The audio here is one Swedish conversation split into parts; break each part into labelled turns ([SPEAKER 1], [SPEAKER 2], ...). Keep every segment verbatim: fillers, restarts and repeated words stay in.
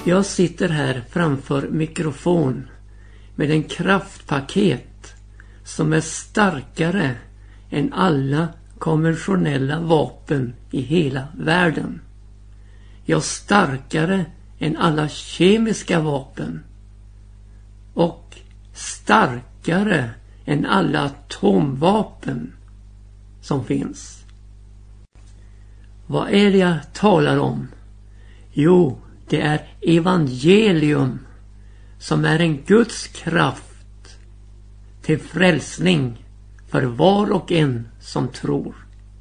[SPEAKER 1] Jag sitter här framför mikrofon med en kraftpaket som är starkare än alla konventionella vapen i hela världen. Ja, starkare än alla kemiska vapen. Och starkare än alla atomvapen som finns. Vad är det jag talar om? Jo, det är evangelium som är en Guds kraft till frälsning för var och en som tror.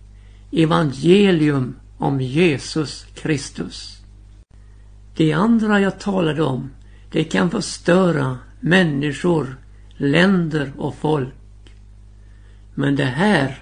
[SPEAKER 1] Evangelium om Jesus Kristus. Det andra jag talade om, det kan förstöra människor, länder och folk. Men det här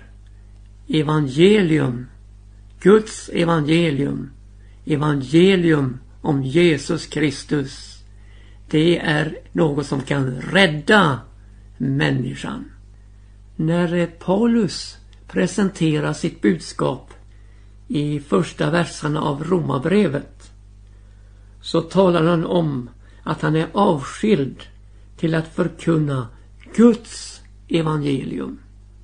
[SPEAKER 1] evangelium, Guds evangelium, evangelium om Jesus Kristus, det är något som kan rädda människan. När Paulus presenterar sitt budskap i första verserna av Romarbrevet, så talar han om att han är avskild till att förkunna Guds evangelium.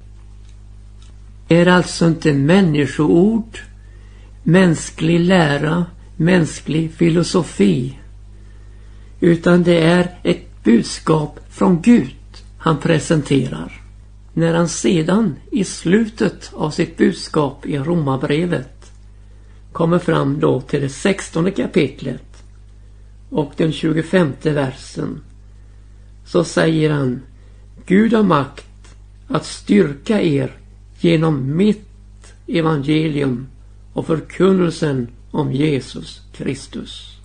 [SPEAKER 1] Det är alltså inte människoord, mänsklig lära, mänsklig filosofi, utan det är ett budskap från Gud han presenterar. När han sedan i slutet av sitt budskap i Romarbrevet kommer fram då till det sextonde kapitlet och den tjugofemte versen, så säger han: Gud har makt att styrka er genom mitt evangelium och förkunnelsen om Jesus Kristus.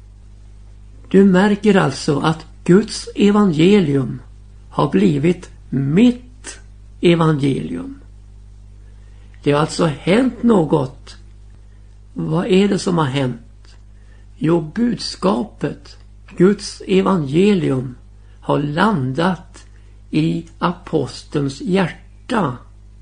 [SPEAKER 1] Du märker alltså att Guds evangelium har blivit mitt evangelium. Det har alltså hänt något. Vad är det som har hänt? Jo, budskapet, Guds evangelium, har landat i apostelns hjärta.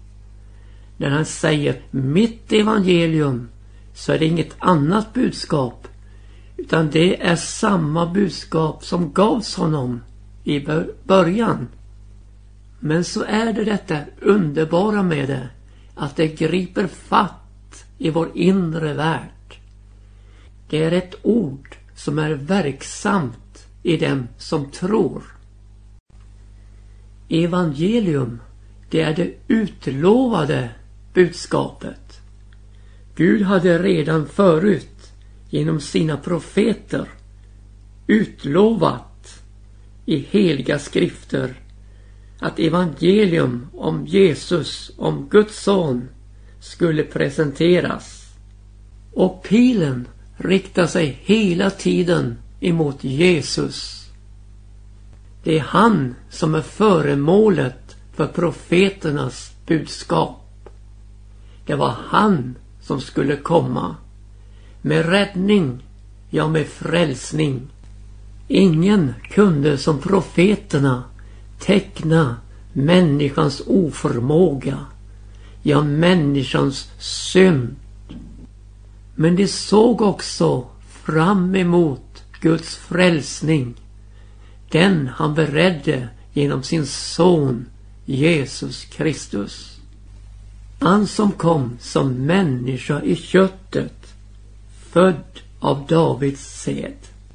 [SPEAKER 1] När han säger mitt evangelium, så är det inget annat budskap, utan det är samma budskap som gavs honom i början. Men så är det detta underbara med det, att det griper fatt i vår inre värld. Det är ett ord som är verksamt i dem som tror. Evangelium, det är det utlovade budskapet. Gud hade redan förut genom sina profeter utlovat i heliga skrifter att evangelium om Jesus, om Guds son, skulle presenteras. Och pilen riktar sig hela tiden emot Jesus. Det är han som är föremålet för profeternas budskap. Det var han som skulle komma med räddning, ja med frälsning. Ingen kunde som profeterna teckna människans oförmåga, ja människans synd. Men de såg också fram emot Guds frälsning, den han beredde genom sin son Jesus Kristus. Han som kom som människa i köttet, född av Davids säd.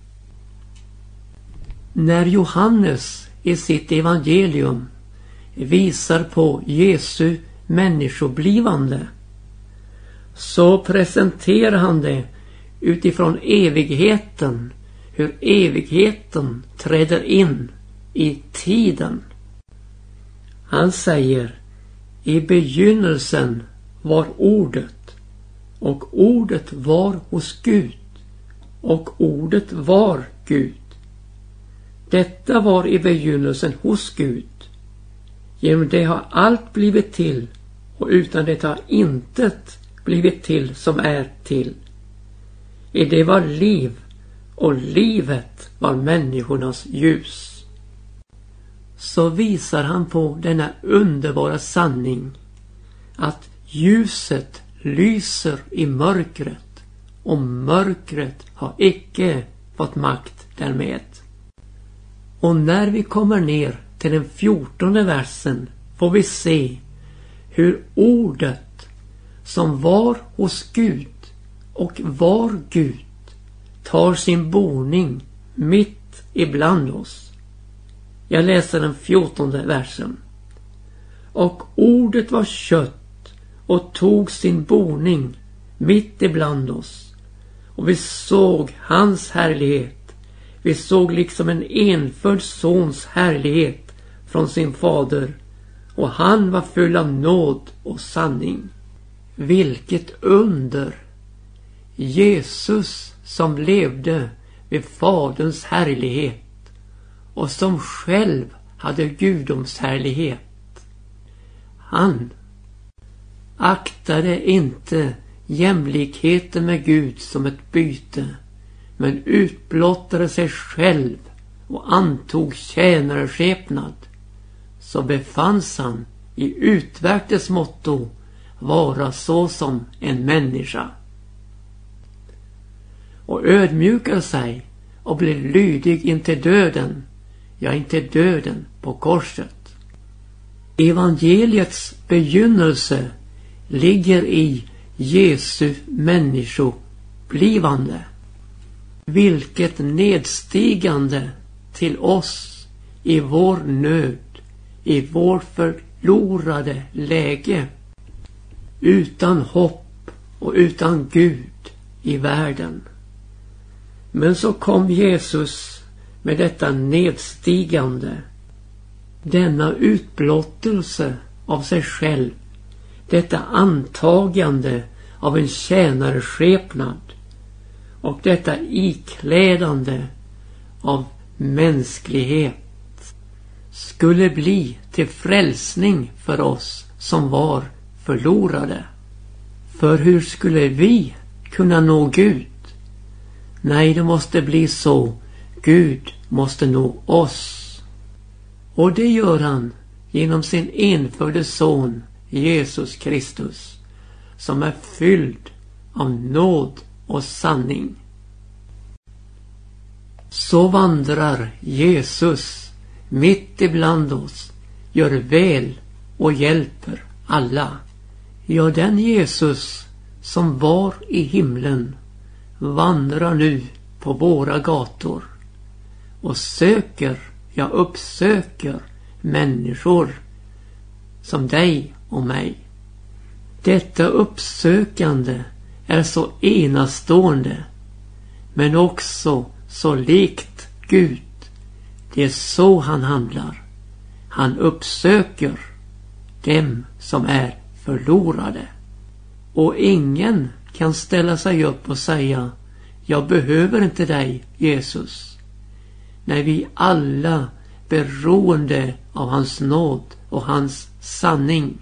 [SPEAKER 1] När Johannes i sitt evangelium visar på Jesu människoblivande, så presenterar han det utifrån evigheten, hur evigheten träder in i tiden. Han säger: i begynnelsen var ordet, och ordet var hos Gud, och ordet var Gud. Detta var i begynnelsen hos Gud. Genom det har allt blivit till, och utan det har intet blivit till som är till. I det var liv, och livet var människornas ljus. Så visar han på denna underbara sanning, att ljuset lyser i mörkret, och mörkret har icke fått makt därmed. Och när vi kommer ner till den fjortonde versen får vi se hur ordet som var hos Gud och var Gud tar sin boning mitt ibland oss. Jag läser den fjortonde versen. Och ordet var kött och tog sin boning mitt ibland oss. Och vi såg hans härlighet. Vi såg liksom en enfödd sons härlighet från sin fader. Och han var full av nåd och sanning. Vilket under! Jesus som levde vid faderns härlighet och som själv hade gudoms härlighet. Han aktade inte jämlikheten med Gud som ett byte, men utblottade sig själv och antog tjänareskepnad. Så befanns han i utverktes motto vara så som en människa. Och ödmjukar sig och blir lydig intill döden, ja inte döden på korset. Evangeliets begynnelse ligger i Jesu människoblivande. Vilket nedstigande till oss i vår nöd, i vår förlorade läge, utan hopp och utan Gud i världen. Men så kom Jesus med detta nedstigande, denna utblottelse av sig själv, detta antagande av en tjänareskepnad och detta iklädande av mänsklighet skulle bli till frälsning för oss som var förlorade. För hur skulle vi kunna nå Gud? Nej, det måste bli så. Gud måste nå oss. Och det gör han genom sin enfödde son Jesus Kristus, som är fylld av nåd och sanning. Så vandrar Jesus mitt ibland oss, gör väl och hjälper alla. Ja, den Jesus som var i himlen vandrar nu på våra gator och söker, ja uppsöker människor som dig och mig. Detta uppsökande är så enastående, men också så likt Gud. Det är så han handlar. Han uppsöker dem som är förlorade. Och ingen kan ställa sig upp och säga: jag behöver inte dig, Jesus. När vi alla beroende av hans nåd och hans sanning.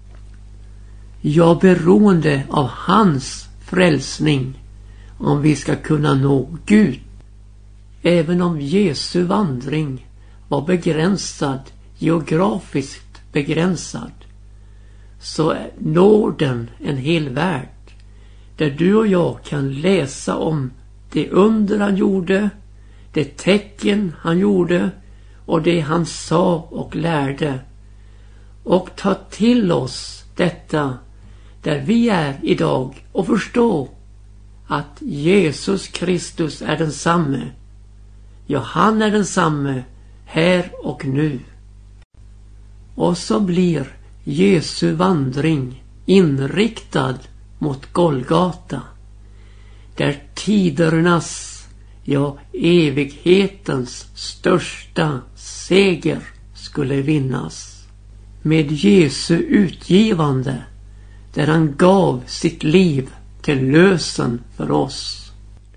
[SPEAKER 1] Jag beroende av hans frälsning om vi ska kunna nå Gud. Även om Jesu vandring var begränsad, geografiskt begränsad, så når den en hel värld där du och jag kan läsa om det under han gjorde, det tecken han gjorde och det han sa och lärde, och ta till oss detta där vi är idag och förstå att Jesus Kristus är densamme. Ja, han är densamme här och nu. Och så blir Jesu vandring inriktad mot Golgata, där tidernas, ja evighetens största seger skulle vinnas. Med Jesu utgivande, där han gav sitt liv till lösen för oss.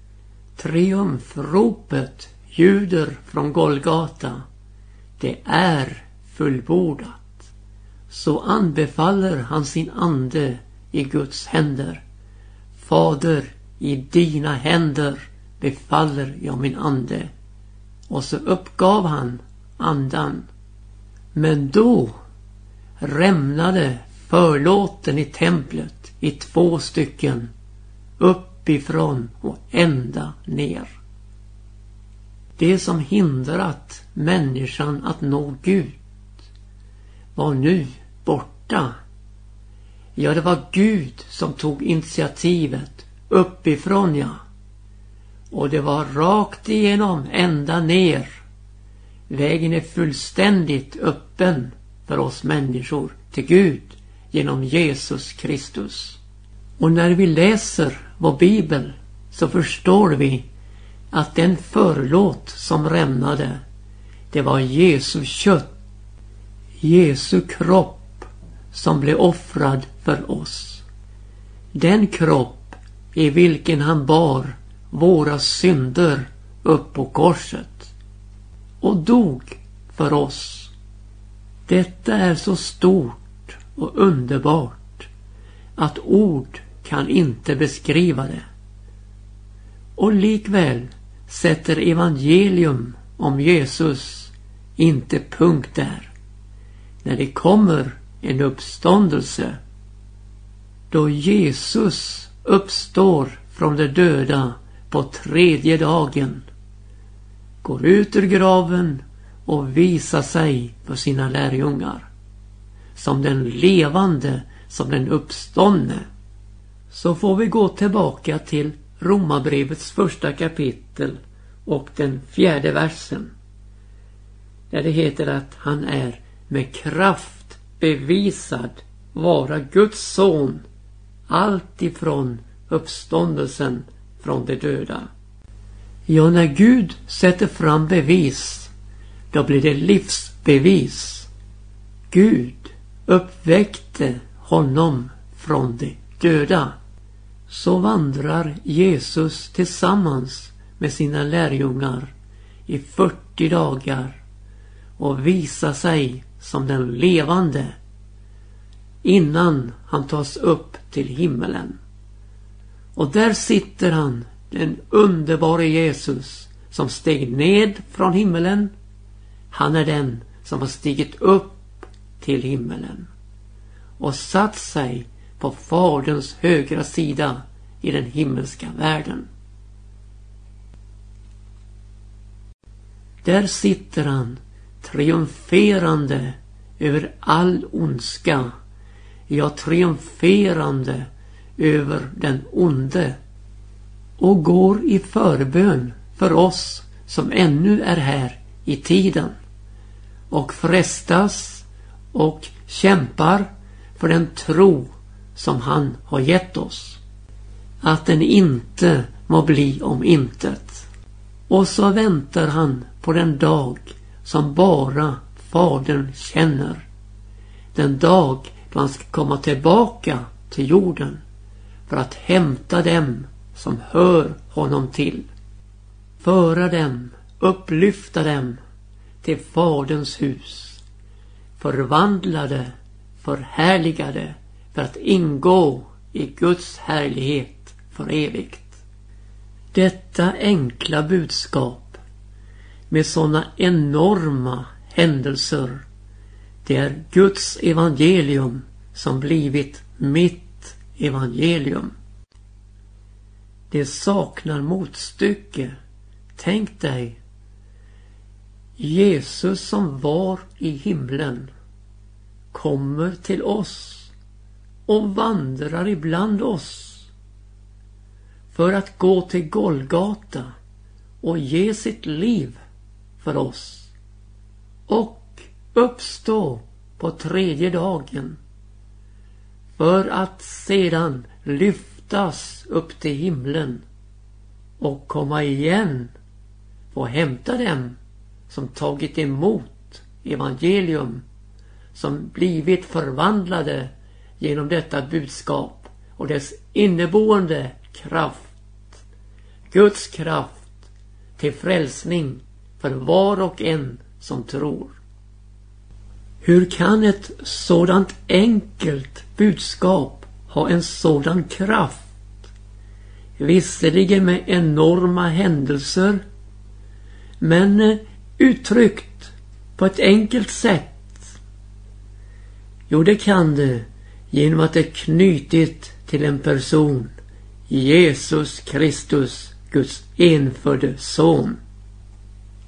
[SPEAKER 1] Triumfropet ljuder från Golgata: det är fullbordat. Så anbefaller han sin ande i Guds händer. Fader, i dina händer befaller jag min ande. Och så uppgav han andan. Men då rämnade förlåten i templet i två stycken, uppifrån och ända ner. Det som hindrat människan att nå Gud var nu borta. Ja, det var Gud som tog initiativet uppifrån, ja. Och det var rakt igenom ända ner. Vägen är fullständigt öppen för oss människor till Gud genom Jesus Kristus. Och när vi läser vår bibel så förstår vi att den förlåt som rämnade, det var Jesu kött, Jesu kropp som blev offrad för oss. Den kropp i vilken han bar våra synder upp på korset och dog för oss. Detta är så stort och underbart att ord kan inte beskriva det. Och likväl sätter evangelium om Jesus inte punkt där. När det kommer en uppståndelse, då Jesus uppstår från de döda på tredje dagen, går ut ur graven och visar sig för sina lärjungar som den levande, som den uppståndne, så får vi gå tillbaka till Romarbrevets första kapitel och den fjärde versen, där det heter att han är med kraft bevisad vara Guds son allt ifrån uppståndelsen från de döda. Ja, när Gud sätter fram bevis, då blir det livsbevis. Gud uppväckte honom från de döda. Så vandrar Jesus tillsammans med sina lärjungar i fyrtio dagar och visar sig som den levande innan han tas upp till himmelen. Och där sitter han, den underbara Jesus som steg ned från himmelen. Han är den som har stigit upp till himmelen och satt sig på Faderns högra sida i den himmelska världen. Där sitter han triumferande över all ondska, ja, triumferande över den onde, och går i förbön för oss som ännu är här i tiden och frestas och kämpar för den tro som han har gett oss, att den inte må bli om intet. Och så väntar han på den dag som bara Fadern känner, den dag då han ska komma tillbaka till jorden för att hämta dem som hör honom till, föra dem, upplyfta dem till Faderns hus, förvandlade, förhärligade, för att ingå i Guds härlighet för evigt. Detta enkla budskap med sådana enorma händelser, det är Guds evangelium som blivit mitt evangelium. Det saknar motstycke. Tänk dig, Jesus som var i himlen kommer till oss och vandrar ibland oss för att gå till Golgata och ge sitt liv för oss och uppstå på tredje dagen för att sedan lyftas upp till himlen och komma igen och hämta dem som tagit emot evangelium, som blivit förvandlade genom detta budskap och dess inneboende kraft. Guds kraft till frälsning för var och en som tror. Hur kan ett sådant enkelt budskap ha en sådan kraft? Visserligen med enorma händelser, men uttryckt på ett enkelt sätt. Jo, det kan det genom att det är knutit till en person, Jesus Kristus, Guds enfödde son.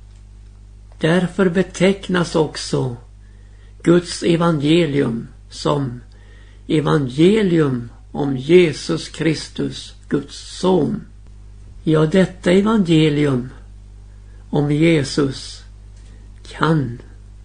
[SPEAKER 1] Därför betecknas också Guds evangelium som evangelium om Jesus Kristus, Guds son. Ja, detta evangelium om Jesus kan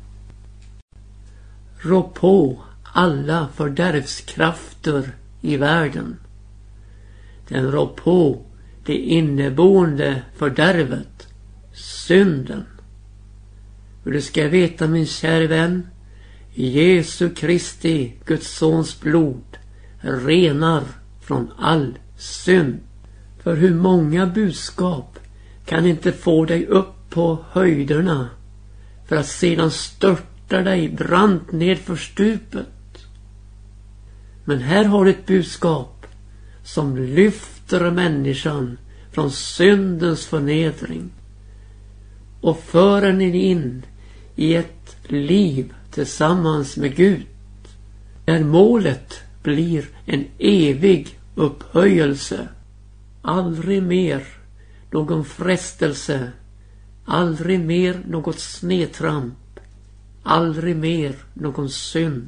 [SPEAKER 1] rå på alla fördärvskrafter i världen. Den rår på det inneboende fördärvet, synden. Och du ska veta, min kära vän, Jesu Kristi, Guds sons blod, renar från all synd. För hur många budskap kan inte få dig upp på höjderna för att sedan störta dig brant ned för stupet. Men här har du ett budskap som lyfter människan från syndens förnedring och för henne in i ett liv tillsammans med Gud, där målet blir en evig upphöjelse. Aldrig mer någon frestelse, aldrig mer något snedtramp, aldrig mer någon synd.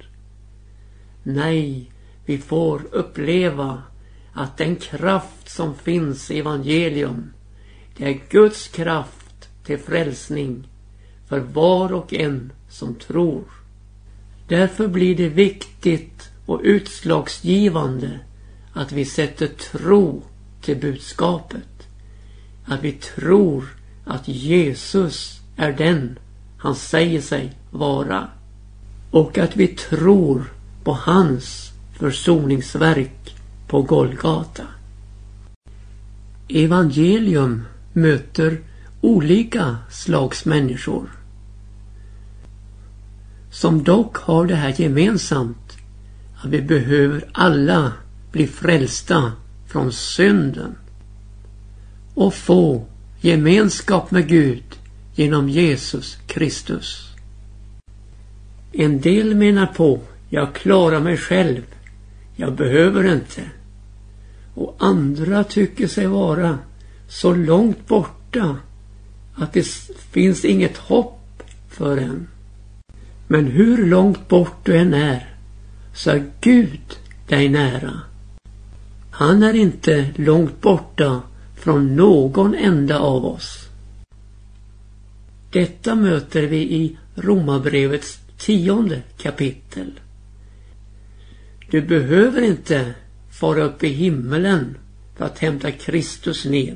[SPEAKER 1] Nej, vi får uppleva att den kraft som finns i evangelium, det är Guds kraft till frälsning för var och en som tror. Därför blir det viktigt och utslagsgivande att vi sätter tro till budskapet. Att vi tror att Jesus är den han säger sig vara. Och att vi tror på hans försoningsverk på Golgata. Evangelium möter olika slags människor, som dock har det här gemensamt, att vi behöver alla bli frälsta från synden och få gemenskap med Gud genom Jesus Kristus. En del menar på, jag klarar mig själv, jag behöver inte. Och andra tycker sig vara så långt borta att det finns inget hopp för en. Men hur långt bort du än är, så är Gud dig nära. Han är inte långt borta från någon enda av oss. Detta möter vi i Romarbrevets tionde kapitel. Du behöver inte fara upp i himmelen för att hämta Kristus ned.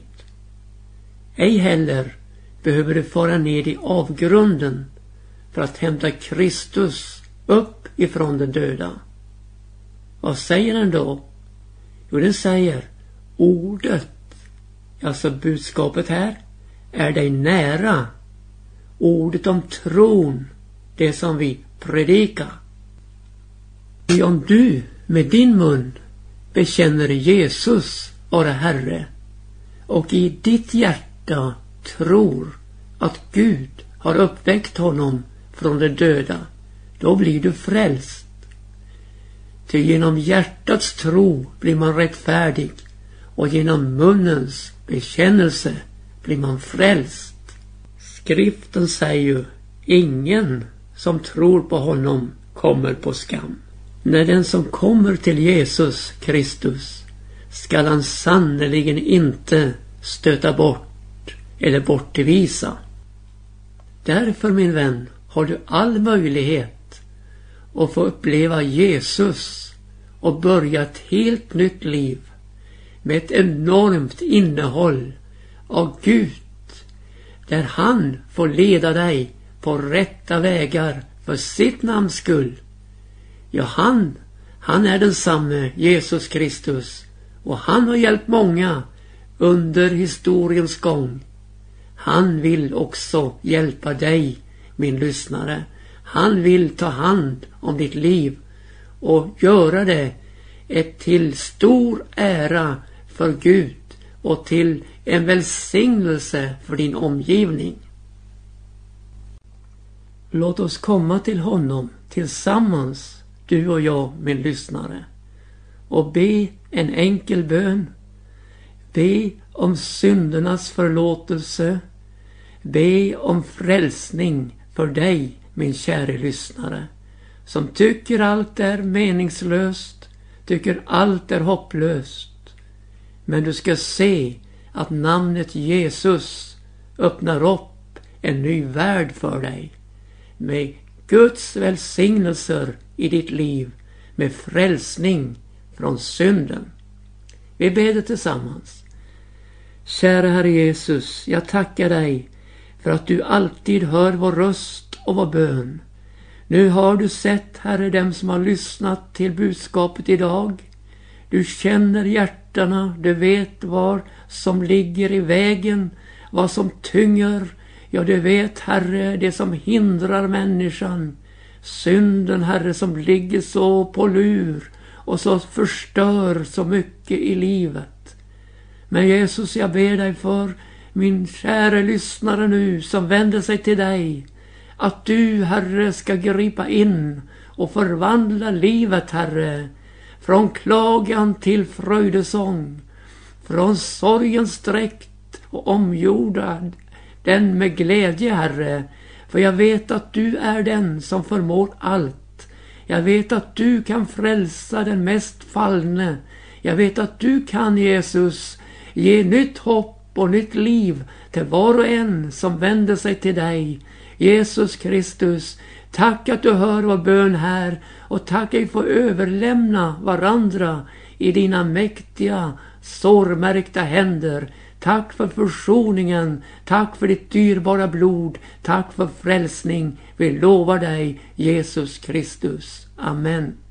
[SPEAKER 1] Ej heller behöver du fara ned i avgrunden för att hämta Kristus upp ifrån den döda. Vad säger den då? Jo, den säger ordet, alltså budskapet här, är dig nära. Ordet om tron, det som vi predikar. Om du med din mun bekänner Jesus vara Herre och i ditt hjärta tror att Gud har uppväckt honom från de döda, då blir du frälst. Ty genom hjärtats tro blir man rättfärdig och genom munnens bekännelse blir man frälst. Skriften säger ju, ingen som tror på honom kommer på skam. När den som kommer till Jesus Kristus skall han sannoliken inte stöta bort eller bortvisa. Därför, min vän, har du all möjlighet att få uppleva Jesus och börja ett helt nytt liv med ett enormt innehåll av Gud, där han får leda dig på rätta vägar för sitt namns skull. Ja, han, han är densamme, Jesus Kristus, och han har hjälpt många under historiens gång. Han vill också hjälpa dig, min lyssnare. Han vill ta hand om ditt liv och göra det ett till stor ära för Gud och till en välsignelse för din omgivning. Låt oss komma till honom tillsammans, du och jag, min lyssnare, och be en enkel bön. Be om syndernas förlåtelse. be om frälsning för dig, min kära lyssnare, som tycker allt är meningslöst, tycker allt är hopplöst. Men du ska se att namnet Jesus öppnar upp en ny värld för dig. Med Guds välsignelser i ditt liv, med frälsning från synden. Vi ber det tillsammans. Kära Herre Jesus, jag tackar dig för att du alltid hör vår röst och vår bön. Nu har du sett, Herre, dem som har lyssnat till budskapet idag. Du känner hjärtarna, du vet vad som ligger i vägen, vad som tynger. Ja, du vet, Herre, det som hindrar människan. Synden, Herre, som ligger så på lur och så förstör så mycket i livet. Men Jesus, jag ber dig för min kära lyssnare nu som vänder sig till dig, att du, Herre, ska gripa in och förvandla livet, Herre, från klagan till fröjdesång, från sorgens dräkt och omgjorda den med glädje, Herre. För jag vet att du är den som förmår allt. Jag vet att du kan frälsa den mest fallne. Jag vet att du kan, Jesus, ge nytt hopp och nytt liv till var och en som vänder sig till dig. Jesus Kristus, tack att du hör vår bön här, och tack att vi får överlämna varandra i dina mäktiga, sårmärkta händer. Tack för försoningen, tack för ditt dyrbara blod, tack för frälsning. Vi lovar dig, Jesus Kristus. Amen.